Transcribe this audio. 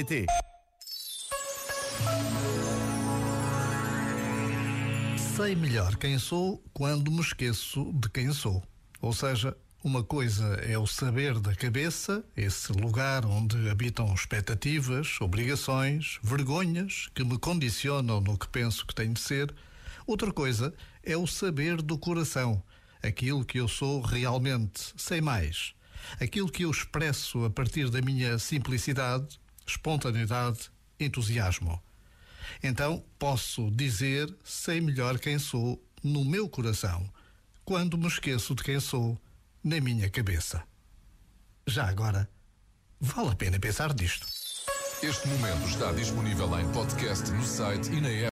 rr.pt. Sei melhor quem sou quando me esqueço de quem sou. Ou seja, uma coisa é o saber da cabeça, esse lugar onde habitam expectativas, obrigações, vergonhas que me condicionam no que penso que tenho de ser. Outra coisa é o saber do coração, aquilo que eu sou realmente, sem mais. Aquilo que eu expresso a partir da minha simplicidade, espontaneidade, entusiasmo. Então posso dizer, sei melhor quem sou no meu coração, quando me esqueço de quem sou na minha cabeça. Já agora, vale a pena pensar nisto. Este momento está disponível em podcast no site e na app.